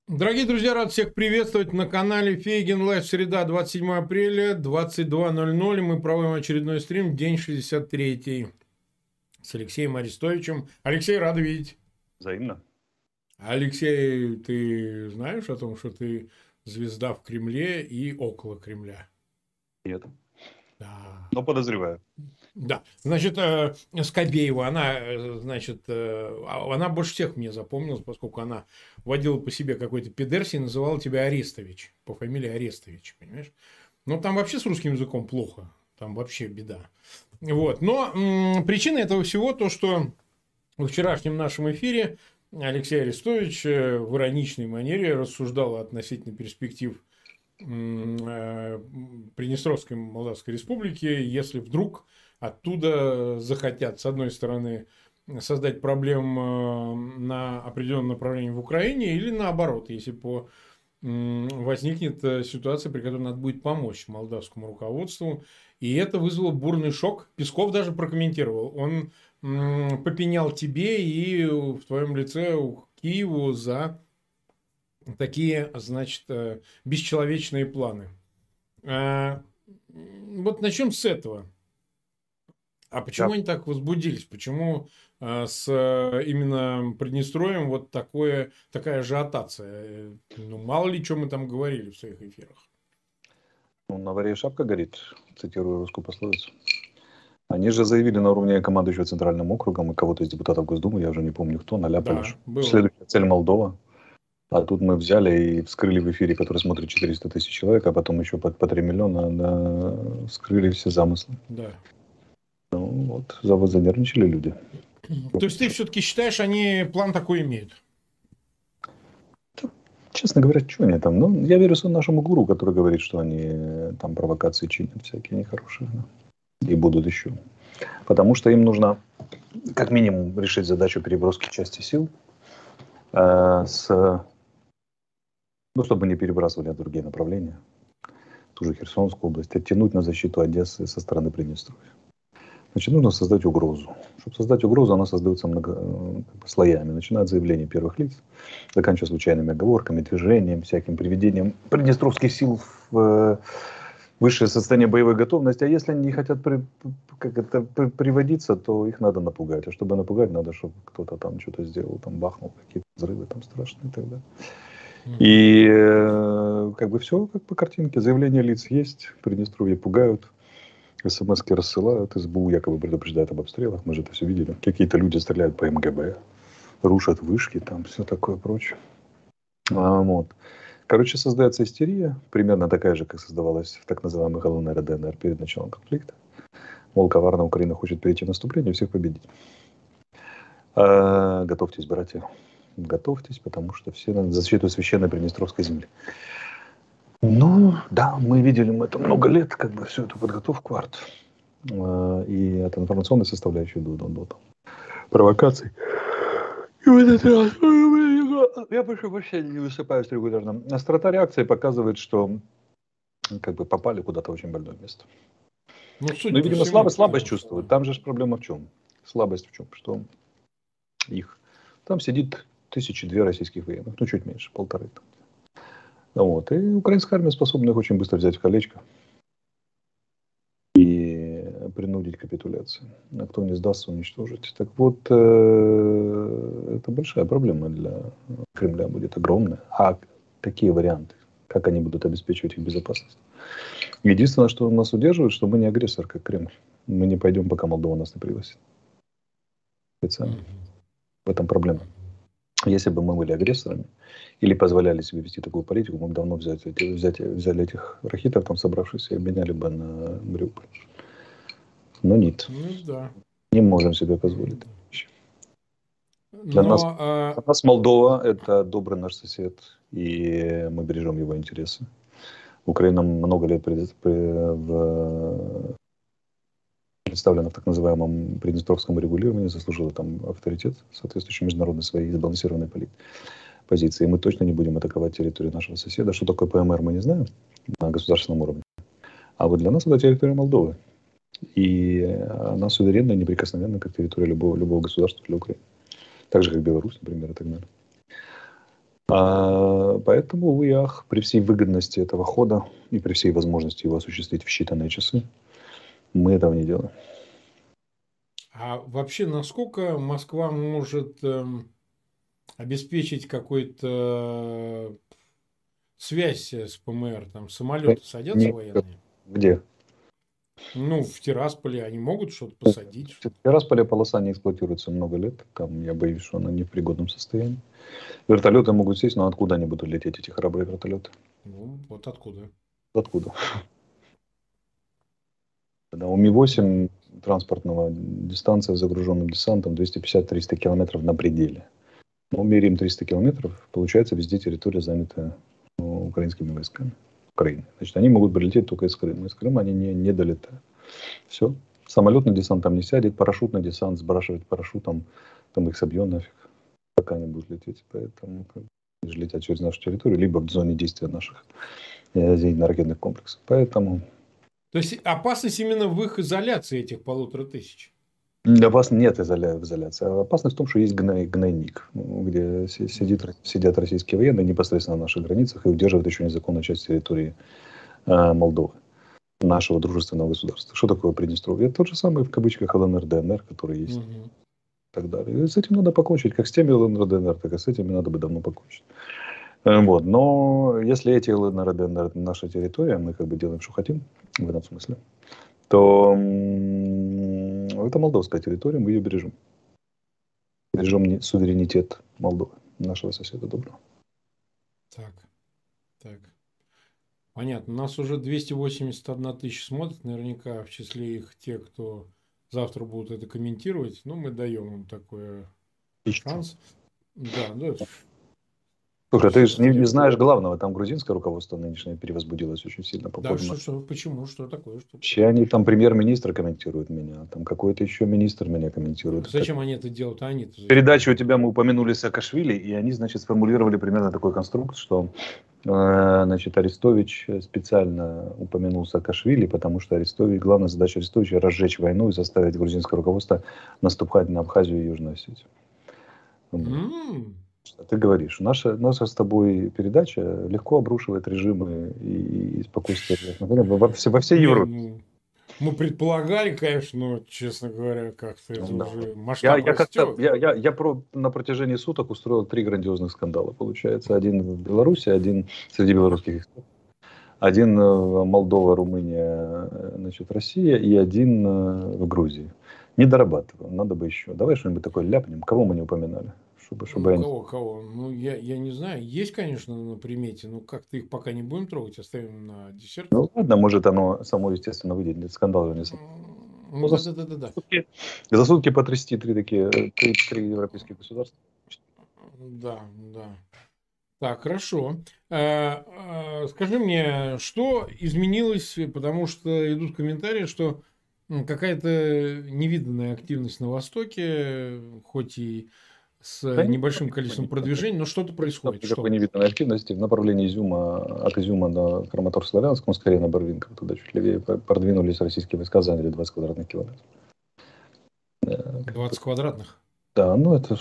Дорогие друзья, рад всех приветствовать на канале Фейгин Лайв. Среда, 27 апреля, 22:00. Мы проводим очередной стрим, день 63 с Алексеем Арестовичем. Алексей, рад видеть. Взаимно. Алексей, ты знаешь о том, что ты звезда в Кремле и около Кремля? Нет. Да. Но подозреваю. Да, значит, Скобеева, она, она больше всех мне запомнилась, поскольку она водила по себе какой-то педерсий и называла тебя Арестович, по фамилии Арестович, понимаешь? Ну, там вообще с русским языком плохо, там вообще беда. Вот, но причина этого всего то, что во вчерашнем нашем эфире Алексей Арестович в ироничной манере рассуждал относительно перспектив Приднестровской Молдавской Республики, если вдруг оттуда захотят, с одной стороны, создать проблем на определенном направлении в Украине, или наоборот, если возникнет ситуация, при которой надо будет помочь молдавскому руководству. И это вызвало бурный шок. Песков даже прокомментировал. Он попенял тебе и в твоем лице Киеву за такие, значит, бесчеловечные планы. Вот начнем с этого. А почему они так возбудились? Почему с именно Приднестровьем вот такая ажиотация? Ну, мало ли, что мы там говорили в своих эфирах. Ну, на варе шапка горит, цитирую русскую пословицу. Они же заявили на уровне командующего Центральным округом и кого-то из депутатов Госдумы, я уже не помню кто, наляпали, что следующая цель Молдова. А тут мы взяли и вскрыли в эфире, который смотрит 400 тысяч человек, а потом еще по 3 миллиона, вскрыли все замыслы. Да. Ну вот, занервничали люди. То есть ты все-таки считаешь, они план такой имеют? Честно говоря, что они там? Ну, я верю нашему гуру, который говорит, что они там провокации чинят всякие нехорошие. Да. И будут еще. Потому что им нужно как минимум решить задачу переброски части сил, чтобы не перебрасывали в другие направления. Ту же Херсонскую область. Оттянуть на защиту Одессы со стороны Приднестровья. Значит, нужно создать угрозу. Чтобы создать угрозу, она создается слоями. Начиная от заявлений первых лиц, заканчивая случайными оговорками, движением, всяким приведением приднестровских сил в высшее состояние боевой готовности. А если они не хотят приводиться, то их надо напугать. А чтобы напугать, надо, чтобы кто-то там что-то сделал, там бахнул, какие-то взрывы там страшные и так далее. И все как по картинке. Заявления лиц есть, Приднестровье пугают. СМС-ки рассылают, СБУ якобы предупреждает об обстрелах, мы же это все видели. Какие-то люди стреляют по МГБ, рушат вышки, там все такое прочее. Вот. Короче, создается истерия, примерно такая же, как создавалась в так называемых ЛНР и ДНР перед началом конфликта. Мол, коварно Украина хочет перейти в наступление и всех победить. Готовьтесь, братья, готовьтесь, потому что все на защиту священной Приднестровской земли. Ну, да, мы видели это много лет, всю эту подготовку и от информационной составляющей до провокаций. И в этот раз я вообще не высыпаюсь регулярно. Острота реакции показывает, что попали куда-то в очень больное место. Ну, видимо, слабость чувствуют. Там же проблема в чем? Слабость в чем? Что там сидит 1002 российских военных, ну, чуть меньше, 1,5. Вот. И украинская армия способна их очень быстро взять в колечко и принудить к капитуляции. А кто не сдастся, уничтожить. Так вот, это большая проблема для Кремля будет, огромная. А какие варианты? Как они будут обеспечивать их безопасность? Единственное, что нас удерживает, что мы не агрессор, как Кремль. Мы не пойдем, пока Молдова нас не пригласит. Специально. В этом проблема. Если бы мы были агрессорами или позволяли себе вести такую политику, мы бы давно взяли этих рахитов, там собравшихся, и обменяли бы на Мариуполь. Но нет. Ну, да. Не можем себе позволить. Для нас Молдова – это добрый наш сосед, и мы бережем его интересы. Украина много лет представлена в так называемом приднестровском регулировании, заслужила там авторитет, соответствующий международной своей сбалансированной позиции. И мы точно не будем атаковать территорию нашего соседа. Что такое ПМР, мы не знаем на государственном уровне. А вот для нас это территория Молдовы. И она суверенна и неприкосновенна, как территория любого государства для Украины. Так же, как Беларусь, например, и так далее. Поэтому, увы и ах, при всей выгодности этого хода и при всей возможности его осуществить в считанные часы, мы этого не делаем. А вообще, насколько Москва может обеспечить какую-то связь с ПМР? Там самолеты садятся военные? Где? Ну, в Тирасполе они могут что-то посадить? В Тирасполе полоса не эксплуатируется много лет. Там я боюсь, что она не в пригодном состоянии. Вертолеты могут сесть, но откуда они будут лететь, эти храбрые вертолеты? Ну, вот откуда? Откуда? Когда у Ми-8 транспортного дистанция с загруженным десантом 250-300 километров на пределе. Мы меряем 300 километров, получается везде территория занята украинскими войсками. Украины. Значит, они могут прилететь только из Крыма. Из Крыма они не долетают. Все. Самолетный десант там не сядет, парашютный десант сбрасывать парашютом, там их собьет нафиг, пока они будут лететь. Поэтому они же летят через нашу территорию, либо в зоне действия наших зенитно-ракетных комплексов. Поэтому... То есть опасность именно в их изоляции этих 1500. Опасность нет изоляции. Опасность в том, что есть гнойник, где сидят российские военные непосредственно на наших границах и удерживают еще незаконную часть территории Молдовы, нашего дружественного государства. Что такое Приднестровье? Это тот же самый, в кавычках, ЛНР, ДНР, который есть. И так далее. И с этим надо покончить. Как с теми ЛНР, ДНР, так и с этими надо бы давно покончить. Вот. Но если эти ЛНР, ДНР это наша территория, мы как бы делаем, что хотим в этом смысле, то это молдовская территория, мы ее бережем. Бережем суверенитет Молдовы, нашего соседа доброго. Так. Понятно. У нас уже 281 тысяча смотрит, наверняка в числе их те, кто завтра будут это комментировать. Ну, мы даем им такой шанс. Да. Слушай, ты же не знаешь главного, там грузинское руководство нынешнее перевозбудилось очень сильно. Да, почему? Что такое? Вообще они там премьер-министр комментирует меня, там какой-то еще министр меня комментирует. Зачем они это делают? Передачу у тебя мы упомянули Саакашвили, и они, значит, сформулировали примерно такой конструкт, что, значит, Арестович специально упомянул Саакашвили, потому что главная задача Арестовича — разжечь войну и заставить грузинское руководство наступать на Абхазию и Южную Осетию. Ты говоришь, наша с тобой передача легко обрушивает режимы и спокойствие во всей Европе. Мы предполагали, конечно, но, честно говоря, как-то это уже масштаб растет. Я на протяжении суток устроил 3 грандиозных скандала. Получается, один в Беларуси, один среди белорусских экспертов, один Молдова, Румыния, значит, Россия и один в Грузии. Не дорабатываем, надо бы еще. Давай что-нибудь такое ляпнем. Кого мы не упоминали? Кого? Ну, я не знаю. Есть, конечно, на примете, но как-то их пока не будем трогать, оставим на десерт. Ну, ладно, может, оно само, естественно, выйдет. Скандал не сам. Да. За сутки потрясти 3 европейских государства. Да. Так, хорошо. Скажи мне, что изменилось, потому что идут комментарии, что какая-то невиданная активность на Востоке, хоть и с небольшим количеством продвижений, но что-то происходит. Никакой невиданной активности в направлении Изюма, от Изюма до Краматор-Славянска, скорее на Барвинково, туда чуть левее, продвинулись российские войска, заняли 20 квадратных километров. 20 квадратных? Да, ну это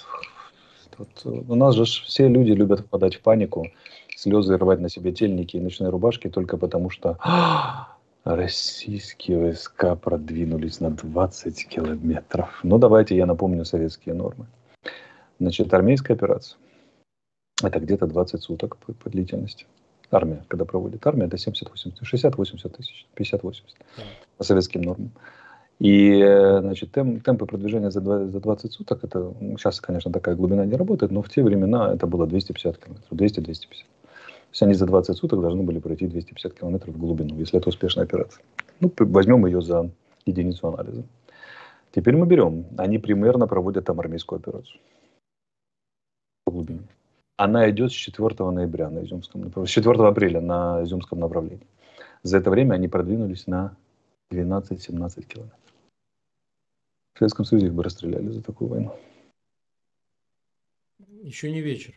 у нас же все люди любят впадать в панику, слезы рвать на себе тельники и ночные рубашки только потому, что российские войска продвинулись на 20 километров. Ну, давайте я напомню советские нормы. Значит, армейская операция. Это где-то 20 суток по длительности. Армия, когда проводит. Армия, это 60-80 тысяч, 50-80 по советским нормам. И, значит, темпы продвижения за 20 суток, это сейчас, конечно, такая глубина не работает, но в те времена это было 250 километров, 200-250. То есть они за 20 суток должны были пройти 250 километров в глубину, если это успешная операция. Ну, возьмем ее за единицу анализа. Теперь мы берем, они примерно проводят там армейскую операцию. По глубине. Она идет с 4 ноября на Изюмском направлении, с 4 апреля на Изюмском направлении. За это время они продвинулись на 12-17 километров. В Советском Союзе их бы расстреляли за такую войну. Еще не вечер.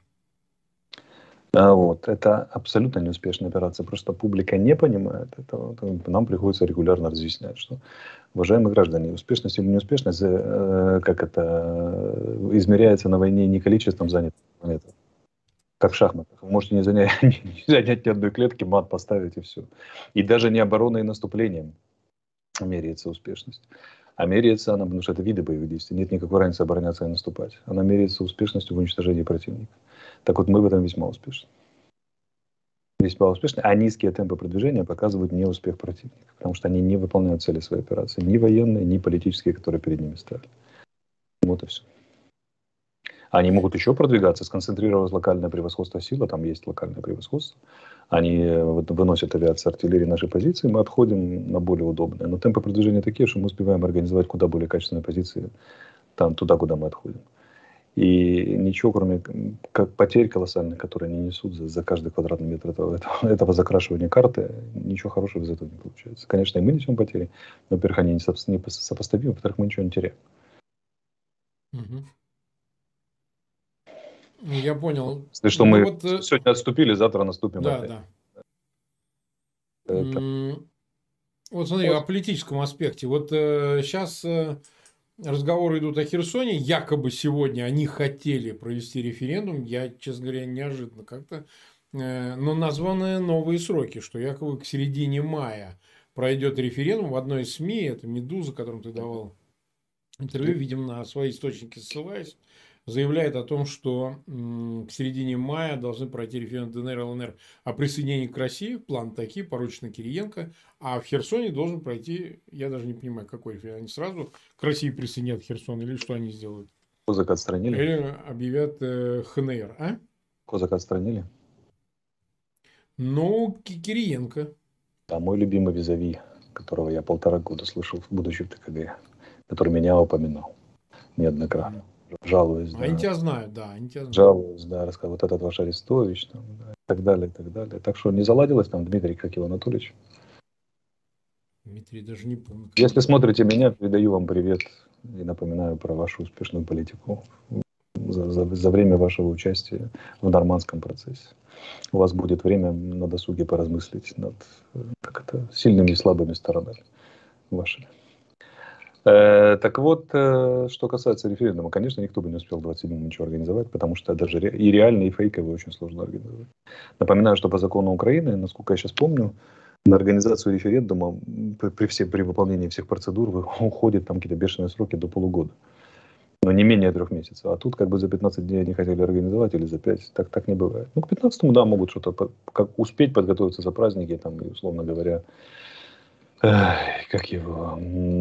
Вот. Это абсолютно неуспешная операция. Просто публика не понимает этого. Нам приходится регулярно разъяснять, что, уважаемые граждане, успешность или неуспешность, как это измеряется на войне не количеством занятых километров, Как в шахматах. Вы можете не занять, не занять ни одной клетки, мат поставить и все. И даже не обороной и наступлением меряется успешность. А меряется она, потому что это виды боевых действий. Нет никакой разницы обороняться и наступать. Она меряется успешностью в уничтожении противника. Так вот, мы в этом весьма успешны. Весьма успешны. А низкие темпы продвижения показывают неуспех противника. Потому что они не выполняют цели своей операции. Ни военные, ни политические, которые перед ними стоят. Вот и все. Они могут еще продвигаться, сконцентрировать локальное превосходство силы. Там есть локальное превосходство. Они выносят авиацию, артиллерии наши позиции, мы отходим на более удобные. Но темпы продвижения такие, что мы успеваем организовать куда более качественные позиции там, туда, куда мы отходим. И ничего, кроме как потерь колоссальных, которые они несут за каждый квадратный метр этого закрашивания карты, ничего хорошего из этого не получается. Конечно, и мы несем потери. Но, во-первых, они не сопоставимы, во-вторых, мы ничего не теряем. Я понял. Если что, мы сегодня отступили, завтра наступим. Да. Вот смотри, о политическом аспекте. Вот сейчас разговоры идут о Херсоне. Якобы сегодня они хотели провести референдум. Я, честно говоря, неожиданно как-то. Но названы новые сроки, что якобы к середине мая пройдет референдум. В одной из СМИ, это «Медуза», которым ты давал интервью, видимо, на свои источники ссылаясь, заявляет о том, что к середине мая должны пройти референдум ДНР и ЛНР о присоединении к России. План такие, поручено Кириенко. А в Херсоне должен пройти, я даже не понимаю, какой референдум. Они сразу к России присоединят Херсон или что они сделают? Козака отстранили? Или объявят ХНР, а? Козака отстранили? Ну, Кириенко. Да, мой любимый визави, которого я 1,5 года слышал, будучи в ТКГ, который меня упоминал неоднократно. Жалуюсь, да. Они тебя знают, да. Они тебя знают. Жалуюсь, да, рассказывал, вот этот ваш Арестович, там, да, и так далее, и так далее. Так что не заладилось там Дмитрий, как его, Анатольевич? Дмитрий, даже не помню. Если смотрите меня, передаю вам привет и напоминаю про вашу успешную политику за время вашего участия в нормандском процессе. У вас будет время на досуге поразмыслить над сильными и слабыми сторонами вашими. Так вот, что касается референдума, конечно, никто бы не успел в 27-м ничего организовать, потому что даже и реальные, и фейковые очень сложно организовать. Напоминаю, что по закону Украины, насколько я сейчас помню, на организацию референдума при выполнении всех процедур уходит там какие-то бешеные сроки до полугода. Но не менее 3 месяцев. А тут как бы за 15 дней они хотели организовать или за 5. Так не бывает. Ну, к 15-му, да, могут что-то успеть подготовиться за праздники, там, и, условно говоря, как его,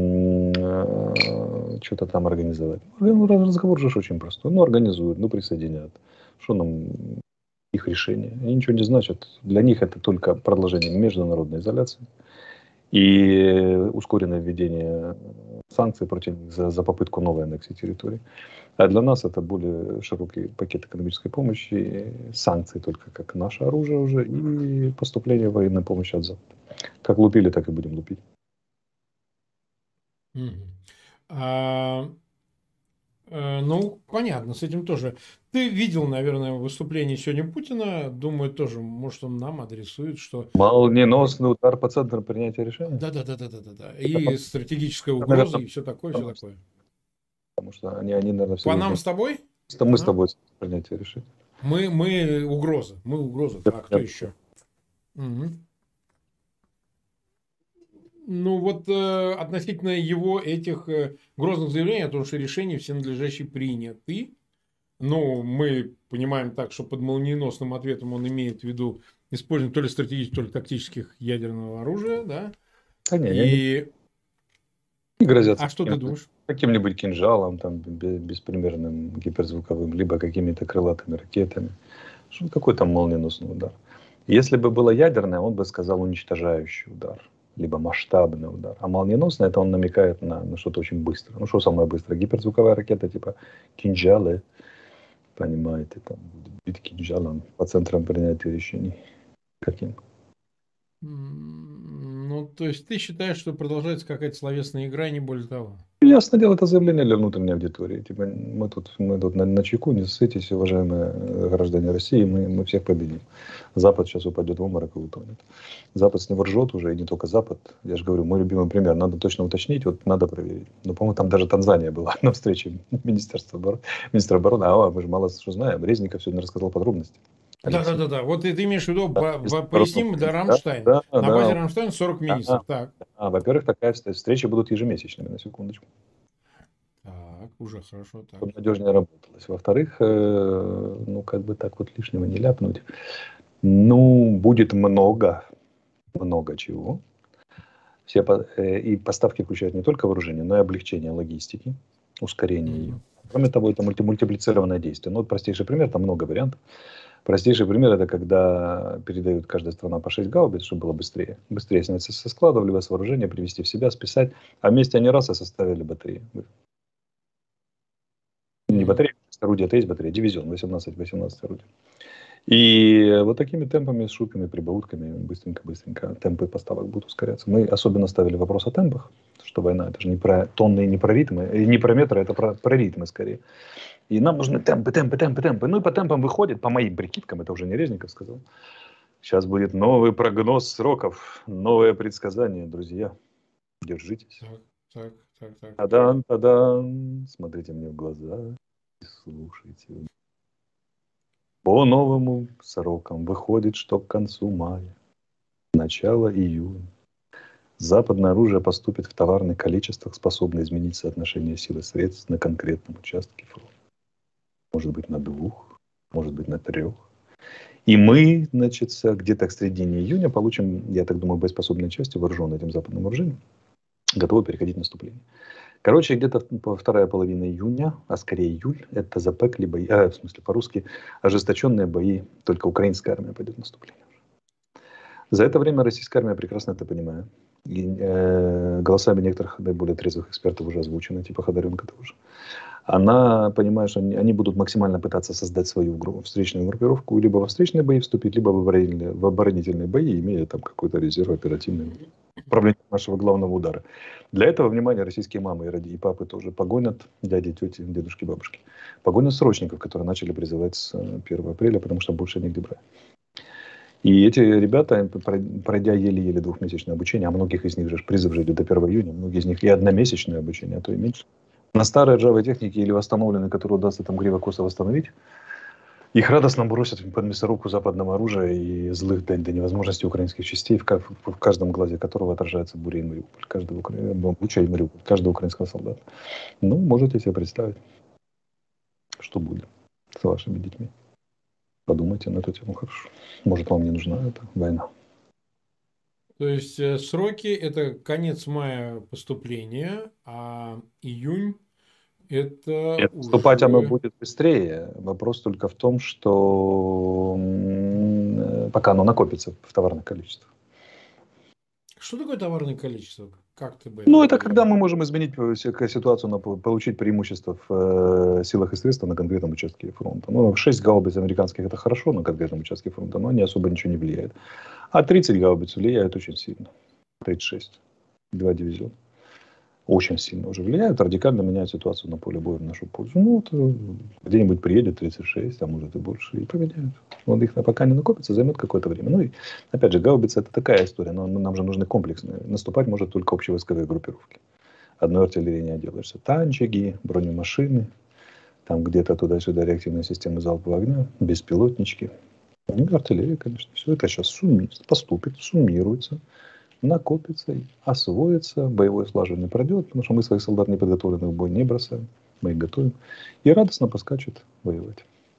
что-то там организовать. Разговор же очень простой. Ну, организуют, ну, присоединят. Что нам их решение? Они ничего не значат. Для них это только продолжение международной изоляции и ускоренное введение санкций против них за попытку новой аннексии территории. А для нас это более широкий пакет экономической помощи, санкции только как наше оружие уже и поступление военной помощи от Запада. Как лупили, так и будем лупить. Ну, понятно, с этим тоже. Ты видел, наверное, выступление сегодня Путина. Думаю, тоже, может, он нам адресует, что... Молниеносный удар по центру принятия решения. Да. И стратегическая угроза, и все такое. Потому что они наверное, все... По нам с тобой? Мы с тобой принятие решения. Мы угроза. А кто еще? Ну, вот относительно его этих грозных заявлений о том, что решения все надлежащие приняты, ну, мы понимаем так, что под молниеносным ответом он имеет в виду использование то ли стратегических, то ли тактических ядерного оружия, да? Не грозят. А что ты думаешь? Каким-нибудь кинжалом, там, беспримерным гиперзвуковым, либо какими-то крылатыми ракетами. Какой там молниеносный удар? Если бы было ядерное, он бы сказал уничтожающий удар. Либо масштабный удар. А молниеносный, это он намекает на что-то очень быстрое. Ну, что самое быстрое? Гиперзвуковая ракета, типа кинжалы. Понимаете, там будет бить кинжалом по центрам принятия решений. Каким? Ну, то есть ты считаешь, что продолжается какая-то словесная игра, не более того? Ясно дело, это заявление для внутренней аудитории. Типа, мы тут на чеку, не ссытесь, уважаемые граждане России, мы всех победим. Запад сейчас упадет в обморок и утонет. Запад с него ржет уже, и не только Запад. Я же говорю, мой любимый пример. Надо точно уточнить, вот надо проверить. Но, по-моему, там даже Танзания была на встрече министра обороны. А мы же мало что знаем. Резников сегодня рассказал подробности. Алексей. Да. Вот ты имеешь в виду, Да, поясним, да, Рамштайн. да, На базе да. Рамштайн 40 министров. Так. Во-первых, такая встречи будут ежемесячными, на секундочку, Так, уже хорошо. Так. чтобы надежнее работалось. Во-вторых, ну, как бы так вот лишнего не ляпнуть. Ну, будет много чего. И поставки включают не только вооружение, но и облегчение логистики, ускорение ее. Кроме того, это мультиплицированное действие. Ну, вот простейший пример, там много вариантов. Простейший пример – это когда передают каждая страна по 6 гаубиц, чтобы было быстрее. Быстрее снять со складов, либо с вооружения, привести в себя, списать. А вместе они раз и составили батареи. Не батарея, орудие, это есть батарея, дивизион, 18 орудий. И вот такими темпами, с шутками, прибаутками, быстренько темпы поставок будут ускоряться. Мы особенно ставили вопрос о темпах, что война, это же не про тонны и не про ритмы, и не про метры, это про ритмы скорее. И нам нужны темпы. Ну и по темпам выходит, по моим прикидкам, это уже не Резников сказал, сейчас будет новый прогноз сроков, новое предсказание, друзья. Держитесь. Так. Тадан. Смотрите мне в глаза и слушайте. По новым срокам выходит, что к концу мая, начало июня, западное оружие поступит в товарных количествах, способное изменить соотношение сил и средств на конкретном участке фронта. Может быть, на 2, может быть, на 3. И мы, значит, где-то к середине июня получим, я так думаю, боеспособные части, вооруженные этим западным вооружением, готовы переходить в наступление. Короче, где-то вторая половина июня, а скорее июль, это запекли бои, в смысле по-русски, ожесточенные бои, только украинская армия пойдет в наступление. За это время российская армия, прекрасно это понимает, и голосами некоторых наиболее трезвых экспертов уже озвучено, типа Ходоренко тоже, она понимает, что они будут максимально пытаться создать свою встречную группировку, либо во встречные бои вступить, либо в оборонительные бои, имея там какой-то резерв оперативный, управление нашего главного удара. Для этого, внимание, российские мамы и папы тоже погонят, дяди, тети, дедушки, бабушки, погонят срочников, которые начали призывать с 1 апреля, потому что больше негде брать. И эти ребята, пройдя еле-еле 2-месячное обучение, а многих из них же призыв же идет до 1 июня, многие из них и 1-месячное обучение, а то и меньше, на старой ржавой технике или восстановленной, которую удастся там криво-косо восстановить, их радостно бросят под мясорубку западного оружия и злых до невозможности украинских частей, в каждом глазе которого отражается буря и Мариуполь, Буча и Мариуполь, каждого украинского солдата. Ну, можете себе представить, что будет с вашими детьми. Подумайте на эту тему хорошо. Может, вам не нужна эта война. То есть сроки это конец мая поступления, а июнь это Нет, наступать оно будет быстрее. Вопрос только в том, что пока оно накопится в товарных количествах. Что такое товарное количество? Как ты бы Ну, это когда мы можем изменить ситуацию, получить преимущество в силах и средствах на конкретном участке фронта. Ну, 6 гаубиц американских это хорошо на конкретном участке фронта, но они особо ничего не влияют. А 30 гаубиц влияют очень сильно. 36. 2 дивизиона. Очень сильно уже влияют, радикально меняют ситуацию на поле боя в нашу пользу. Ну, вот где-нибудь приедет 36, а может и больше, и поменяют. Вот их пока не накопится, займет какое-то время. Ну и, опять же, гаубица это такая история, но нам же нужны комплексные. Наступать может только общевойсковые группировки. Одной артиллерии не отделаешься. Танчики, бронемашины, там где-то туда-сюда реактивные системы залпового огня, беспилотнички. Ну, артиллерия, конечно. Все это сейчас поступит, суммируется, накопится, освоится, боевое слаживание пройдет, потому что мы своих солдат неподготовленных в бой не бросаем, мы их готовим, и радостно поскачут воевать.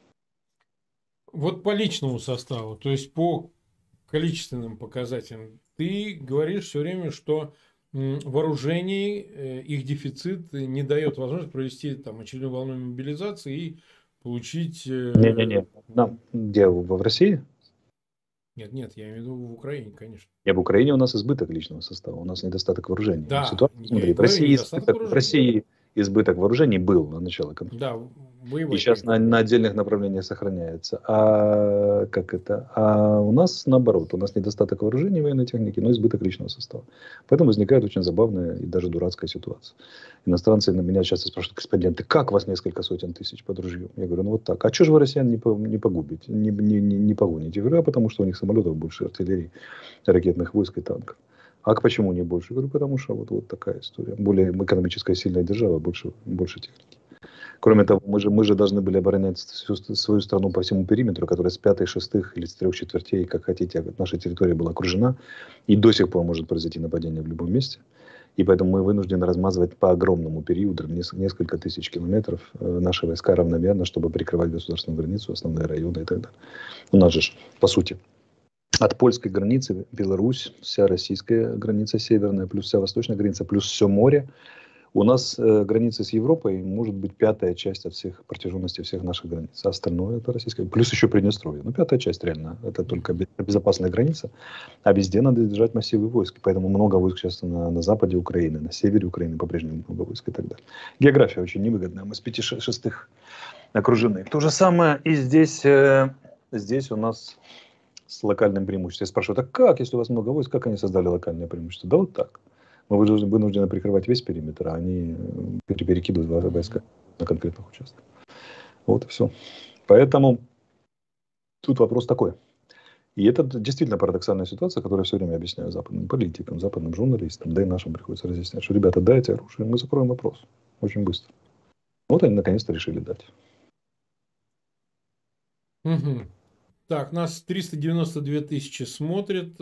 Вот по личному составу, то есть по количественным показателям, ты говоришь все время, что вооружений, их дефицит не дает возможности провести там очередную волну мобилизации и получить... Не-не-не, где, в России? Нет, я имею в виду в Украине, конечно. В Украине у нас избыток личного состава, у нас недостаток вооружений. Да, смотри, в России избыток вооружений был на начало конфликта. Да, боевой. И сейчас на отдельных направлениях сохраняется. А у нас наоборот, у нас недостаток вооружений, военной техники, но избыток личного состава. Поэтому возникает очень забавная и даже дурацкая ситуация. Иностранцы на меня часто спрашивают: корреспонденты, как вас несколько сотен тысяч под ружьем? Я говорю, ну вот так. А что же вы россиян не погубите, не погоните? Я говорю, а потому что у них самолетов больше, артиллерии, ракетных войск и танков. А почему не больше? Я говорю, потому что вот такая история. Более экономическая сильная держава, больше техники. Кроме того, мы же должны были оборонять всю свою страну по всему периметру, которая с 5, 6 или с 3/4, как хотите, наша территория была окружена. И до сих пор может произойти нападение в любом месте. И поэтому мы вынуждены размазывать по огромному периоду, несколько тысяч километров, наши войска равномерно, чтобы прикрывать государственную границу, основные районы и так далее. У нас же, по сути, от польской границы Беларусь, вся российская граница северная, плюс вся восточная граница, плюс все море. У нас граница с Европой может быть 5-я часть от всех протяженности всех наших границ. А остальное это российская. Плюс еще Приднестровье. Ну, 5-я часть реально. Это только безопасная граница. А везде надо держать массивы войск. Поэтому много войск сейчас на западе Украины, на севере Украины по-прежнему много войск и так далее. География очень невыгодная. Мы с 5/6 окружены. То же самое и здесь, здесь у нас с локальным преимуществом. Я спрашиваю, так как, если у вас много войск, как они создали локальное преимущество? Да вот так. Мы вынуждены прикрывать весь периметр, а они перекидывают войска на конкретных участках. Вот и все. Поэтому тут вопрос такой. И это действительно парадоксальная ситуация, которую я все время объясняю западным политикам, западным журналистам, да и нашим приходится разъяснять, что, ребята, дайте оружие, мы закроем вопрос очень быстро. Вот они наконец-то решили дать. Угу. Так, нас 392 тысячи смотрят.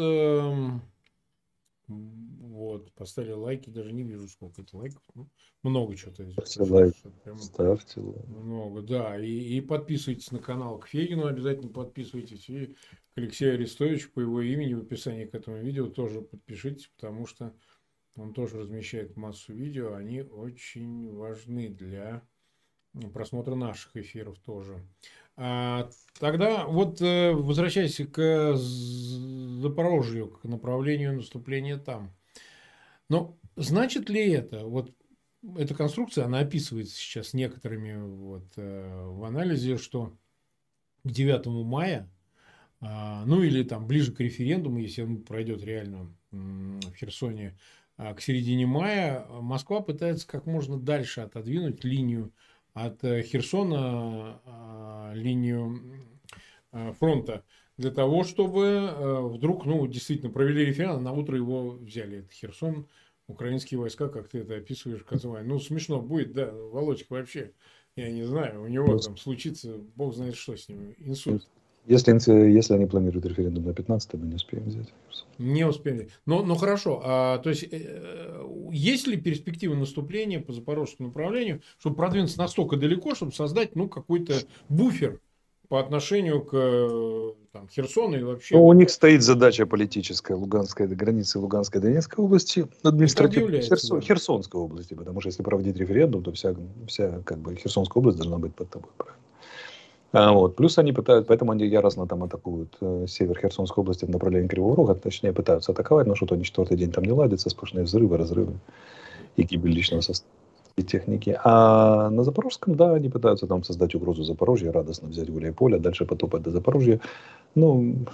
Вот, поставили лайки, даже не вижу, сколько это лайков. Ну, много что-то. Ставьте лайк, ставьте лайк. Много, да. И подписывайтесь на канал к Фегину, обязательно подписывайтесь. И к Алексею Арестовичу по его имени в описании к этому видео тоже подпишитесь, потому что он тоже размещает массу видео. Они очень важны для просмотра наших эфиров тоже. Тогда вот возвращаясь к Запорожью, к направлению наступления там. Но значит ли это, вот эта конструкция, она описывается сейчас некоторыми вот, в анализе, что к 9 мая, ну или там ближе к референдуму, если он пройдет реально в Херсоне, к середине мая, Москва пытается как можно дальше отодвинуть линию от Херсона, линию фронта, для того, чтобы вдруг, ну, действительно, провели референдум, а на утро его взяли. Это Херсон, украинские войска, как ты это описываешь, Казывай. Ну, смешно будет, да, Володька вообще, я не знаю, у него там случится, бог знает что с ним, инсульт. Если они планируют референдум на 15, мы не успеем взять. Не успели. Но хорошо. То есть, есть ли перспективы наступления по запорожскому направлению, чтобы продвинуться настолько далеко, чтобы создать, ну, какой-то буфер по отношению к там, Херсону и вообще... Ну, у них стоит задача политическая Луганской границы Луганской и Донецкой области, административной Херсонской области, потому что если проводить референдум, то вся как бы Херсонская область должна быть под тобой, правильно? Вот. Плюс они пытаются, поэтому они яростно там атакуют север Херсонской области в направлении Кривого Рога, точнее пытаются атаковать, но что-то они 4-й день там не ладится, сплошные взрывы, разрывы и гибель личного состава и техники. А на Запорожском, да, они пытаются там создать угрозу Запорожья, радостно взять Гуляйполе, дальше потопать до Запорожья. Ну,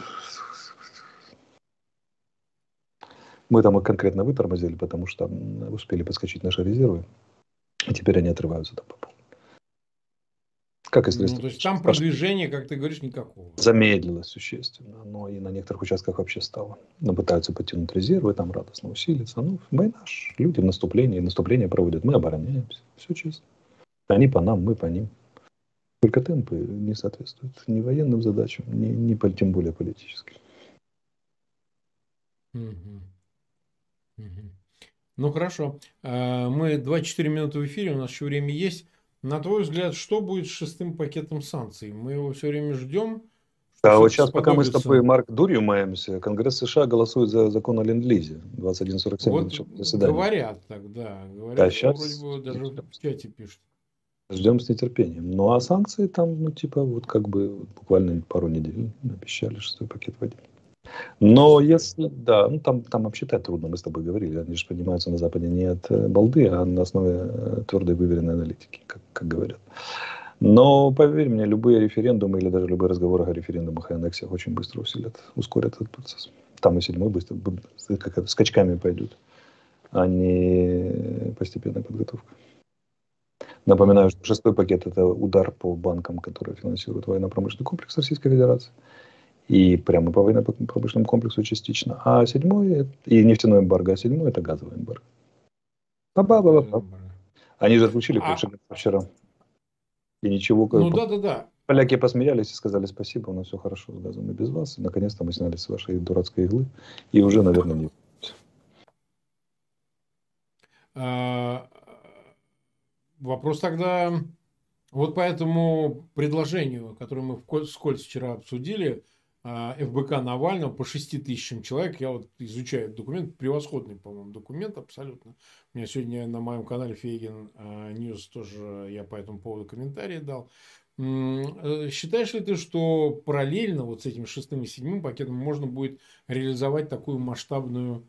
мы там их конкретно вытормозили, потому что успели подскочить наши резервы, и теперь они отрываются там по полной. Как то есть там продвижения, как ты говоришь, никакого. Замедлилось существенно, но и на некоторых участках вообще стало. Но пытаются подтянуть резервы, там радостно усилиться. Ну, мы наши люди в наступлении, наступление проводят, мы обороняемся, все честно. Они по нам, мы по ним. Только темпы не соответствуют ни военным задачам, ни тем более политическим. Ну, хорошо. Мы 24 минуты в эфире, у нас еще время есть. На твой взгляд, что будет с 6-м пакетом санкций? Мы его все время ждем. А вот сейчас, пока мы с тобой, Марк, дурью маемся, Конгресс США голосует за закон о ленд-лизе. 2147 вот заседание. Говорят так, да. Говорят, да, сейчас вроде бы даже в чате пишут. Ждем с нетерпением. Ну, а санкции там, ну, типа, вот как бы буквально пару недель обещали 6-й пакет вводить. Но если, да, ну там обсчитать трудно, мы с тобой говорили, они же поднимаются на Западе не от балды, а на основе твердой выверенной аналитики, как говорят. Но поверь мне, любые референдумы или даже любые разговоры о референдумах и аннексиях очень быстро ускорят этот процесс. Там и 7-й быстро, как скачками пойдут, а не постепенная подготовка. Напоминаю, что 6-й пакет – это удар по банкам, которые финансируют военно-промышленный комплекс Российской Федерации. И прямо по военно-промышленному комплексу частично. А 7-й и нефтяной эмбарго, а 7-й это газовый эмбарго. Они же отключили вчера. И ничего, Ну да, да, да. поляки посмеялись и сказали спасибо, у нас все хорошо с газом и без вас. И наконец-то мы сняли с вашей дурацкой иглы. И уже, наверное, не... А, Вопрос тогда, вот по этому предложению, которое мы вскользь вчера обсудили, ФБК Навального по 6 000 человек, я вот изучаю этот документ, превосходный, по-моему, документ абсолютно. У меня сегодня на моем канале Фейгин Ньюс тоже я по этому поводу комментарии дал. Считаешь ли ты, что параллельно вот с этим 6-м и 7-м пакетом можно будет реализовать такую масштабную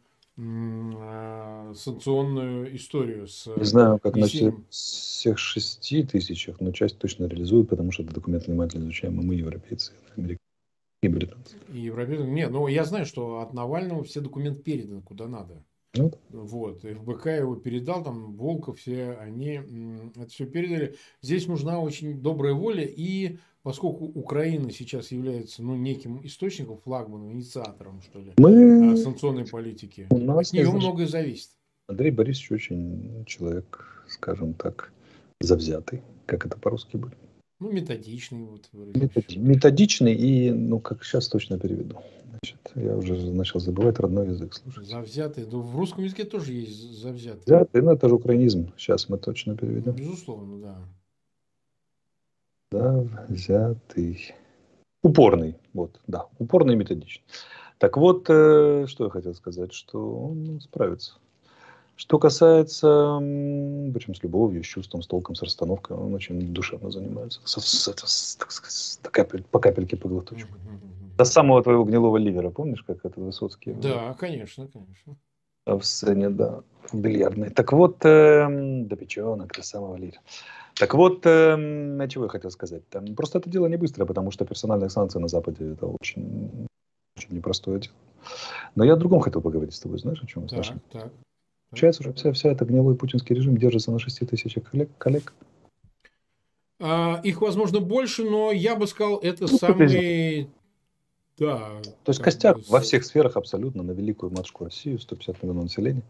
санкционную историю с Не знаю, как на внесением? всех 6 000, но часть точно реализуют, потому что это документ внимательно изучаем и мы, европейцы, американцы и британцы. И европейцам. Не, ну я знаю, что от Навального все документы переданы куда надо. Ну, Вот. ФБК его передал, там Волков, все они это все передали. Здесь нужна очень добрая воля. И поскольку Украина сейчас является ну, неким источником, флагманом, инициатором, что ли, мы, санкционной политики, у от нас нее многое зависит. Андрей Борисович очень человек, скажем так, завзятый, как это по-русски будет. Ну, методичный, вот выразимся. Методичный и, ну, как сейчас точно переведу. Значит, я уже начал забывать родной язык слушать. Завзятый. Да в русском языке тоже есть завзятый. Завзятый, ну, это же украинизм. Сейчас мы точно переведем. Безусловно, да. Завзятый. Упорный. Вот, да. Упорный и методичный. Так вот, что я хотел сказать, что он справится. Что касается, причем с любовью, с чувством, с толком, с расстановкой, он очень душевно занимается. Так сказать, по капельке, по глоточку. До самого твоего гнилого ливера, помнишь, как это Высоцкий? Да, конечно, конечно. В сцене, да, в бильярдной. Так вот, до печенок, до самого лира. Так вот, чего я хотел сказать? Там, просто это дело не быстрое, потому что персональные санкции на Западе это очень, очень непростое дело. Но я о другом хотел поговорить с тобой, знаешь, о чем? Так. Получается, уже вся это гнилой путинский режим держится на 6 000 коллег. Их, возможно, больше, но я бы сказал, это Ну, самый... Да, то есть костяк во всех сферах абсолютно на великую матушку Россию, 150 миллионов населения,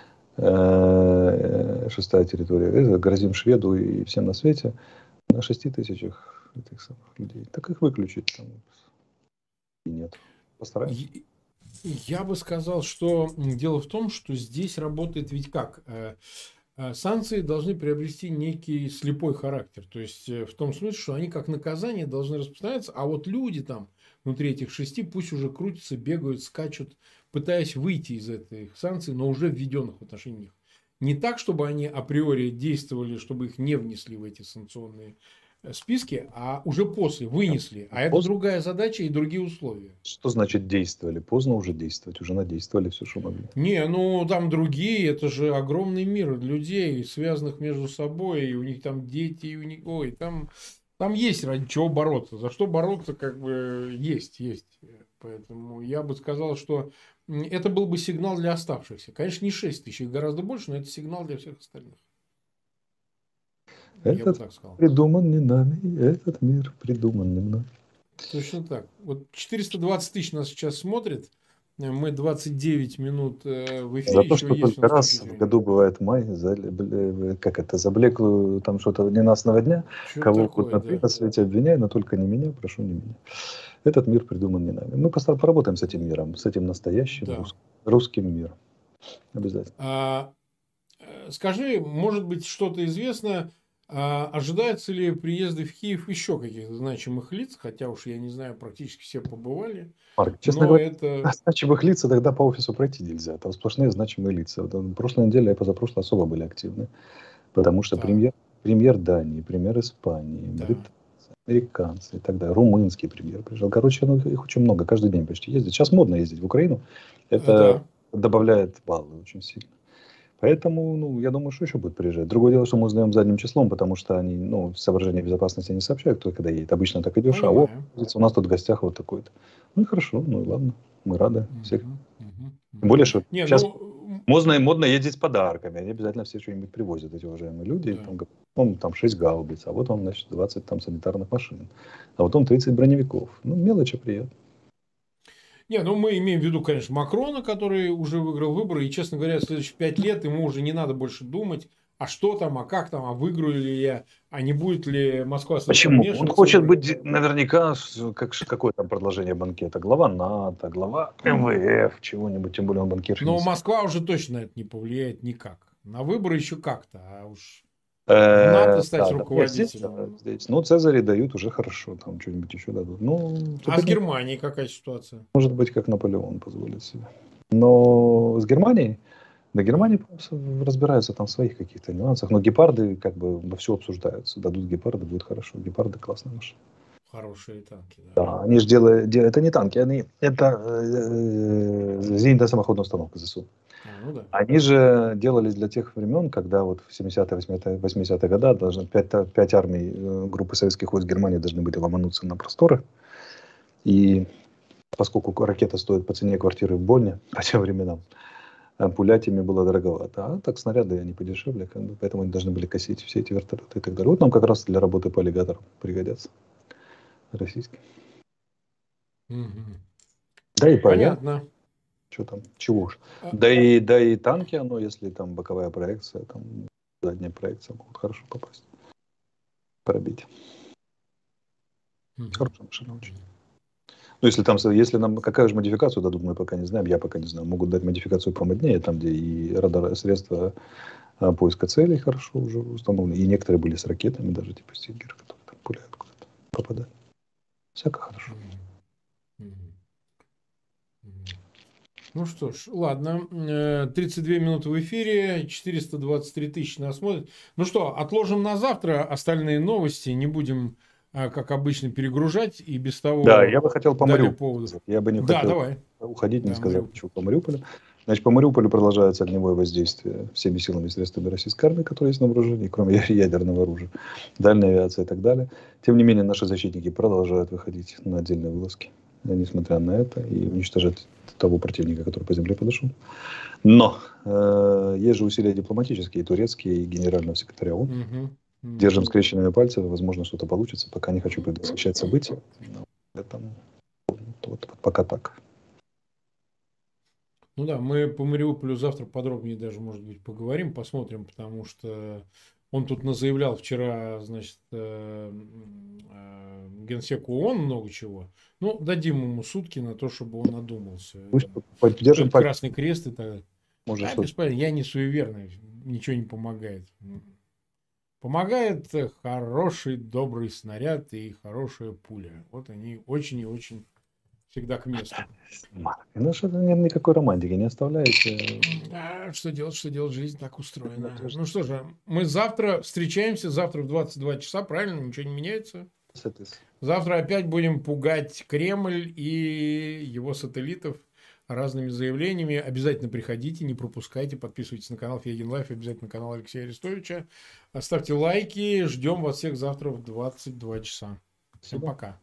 6-я территория, это грозим шведу и всем на свете на 6 000 этих самых людей. Так их выключить там и нет. Постараемся. Я бы сказал, что дело в том, что здесь работает ведь как? Санкции должны приобрести некий слепой характер. То есть, в том смысле, что они как наказание должны распространяться, а вот люди там внутри этих 6 пусть уже крутятся, бегают, скачут, пытаясь выйти из этих санкций, но уже введенных в отношении них. Не так, чтобы они априори действовали, чтобы их не внесли в эти санкционные списки, а уже после вынесли. А это другая задача и другие условия. Что значит действовали? Поздно уже действовать. Уже надействовали все, что могли. Не, ну там другие, это же огромный мир людей, связанных между собой, и у них там дети, и у них, ой, там есть ради чего бороться. За что бороться, как бы есть. Поэтому я бы сказал, что это был бы сигнал для оставшихся. Конечно, не 6 000, их гораздо больше, но это сигнал для всех остальных. Я бы так сказал. Придуман не нами, этот мир придуман не мной. Точно так. Вот 420 000 нас сейчас смотрит. Мы 29 минут в эфире. За то, что только раз в году бывает май, как это, за блеклую там что-то ненастного дня, кого угодно ты на свете обвиняй, но только не меня, прошу не меня. Этот мир придуман не нами. Мы поработаем с этим миром, с этим настоящим русским миром. Обязательно. Скажи, может быть, что-то известно, ожидается ли приезды в Киев еще каких-то значимых лиц, хотя уж я не знаю, практически все побывали. Марк, честно говоря, значимых лиц тогда по офису пройти нельзя, там сплошные значимые лица. В прошлой неделе и позапрошлой особо были активны, потому что премьер Дании, премьер Испании, британцы, американцы и так далее, румынский премьер приезжал. Короче, их очень много, каждый день почти ездит. Сейчас модно ездить в Украину, это добавляет баллы очень сильно. Поэтому, я думаю, что еще будет приезжать. Другое дело, что мы узнаем задним числом, потому что они, соображения безопасности не сообщают, кто когда едет. Обычно так идешь, у нас тут в гостях вот такой-то. Ну и хорошо, ну и ладно, мы рады всех. Тем более, что сейчас модно ездить с подарками, они обязательно все что-нибудь привозят, эти уважаемые люди. Там 6 гаубиц, а вот он, значит, 20 там санитарных машин, а вот он 30 броневиков. Ну, мелочи приятно. Не, мы имеем в виду, конечно, Макрона, который уже выиграл выборы, и, честно говоря, в следующие 5 лет ему уже не надо больше думать а что там, а как там, а выиграю ли я, а не будет ли Москва слишком Почему? Он вмешиваться. хочет быть наверняка, какое там продолжение банкета, глава НАТО, глава МВФ, чего-нибудь, тем более он банкир. Но Москва уже точно на это не повлияет никак. На выборы еще как-то, а уж в НАТО стать руководителем. Здесь. Ну, Цезари дают уже хорошо, там что-нибудь еще дадут. Ну, а с Германией какая ситуация? Может быть, как Наполеон позволит себе. Но с Германией, да, Германия разбирается там в своих каких-то нюансах. Но гепарды как бы во все обсуждаются. Дадут гепарды, будет хорошо. Гепарды классные машины. Хорошие танки, да. Да, они же делают, это не танки, это зенитная самоходная установка ЗСУ. Ну да. Они же делались для тех времен, когда вот в 70-е, 80-е годы должны 5 армий группы советских войск Германии должны были ломануться на просторы. И поскольку ракета стоит по цене квартиры в Бонне по тем временам, пулять ими было дороговато. А так снаряды они подешевле, как бы, поэтому они должны были косить все эти вертолеты и так далее. Вот нам как раз для работы по аллигаторам пригодятся российские. Да и понятно. Что там, чего уж. Да и танки, оно, если там боковая проекция, там задняя проекция, могут хорошо попасть. Пробить. Хорошая машина очень. Ну, если нам какая же модификацию дадут, мы пока не знаем, я пока не знаю. Могут дать модификацию помоднее, там, где и радар, средства поиска целей хорошо уже установлены. И некоторые были с ракетами, даже типа Стингер, которые там пуляют куда-то, попадают. Всяко хорошо. Ну что ж, ладно. 32 минуты в эфире, 423 тысячи нас смотрят. Ну что, отложим на завтра остальные новости, не будем, как обычно, перегружать. И без того... Да, я бы хотел по Мариуполю. Я бы не хотел давай. уходить, не сказав ничего по Мариуполю. Значит, по Мариуполю продолжается огневое воздействие всеми силами и средствами российской армии, которые есть на вооружении, кроме ядерного оружия, дальняя авиация и так далее. Тем не менее, наши защитники продолжают выходить на отдельные вылазки, несмотря на это, и уничтожать того противника, который по земле подошел. Но есть же усилия дипломатические, и турецкие, и генерального секретаря ООН. Держим скрещенными пальцами, возможно, что-то получится. Пока не хочу предвосхищать события. Поэтому вот пока так. Ну да, мы по Мариуполю завтра подробнее даже, может быть, поговорим, посмотрим, потому что он тут назаявлял вчера, значит, генсеку ООН много чего. Ну, дадим ему сутки на то, чтобы он надумался. Поддержим Красный Крест и так далее. Может, я не суеверный, ничего не помогает. Помогает хороший, добрый снаряд и хорошая пуля. Вот они очень и очень всегда к месту. Ну, что-то нет никакой романтики, не оставляете. Что делать, жизнь так устроена. Ну что же, мы завтра встречаемся, завтра в 22 часа, правильно, ничего не меняется? Завтра опять будем пугать Кремль и его сателлитов разными заявлениями. Обязательно приходите, не пропускайте, подписывайтесь на канал Фейгин Лайф, обязательно на канал Алексея Арестовича. Ставьте лайки, ждем вас всех завтра в 22 часа. Всем пока.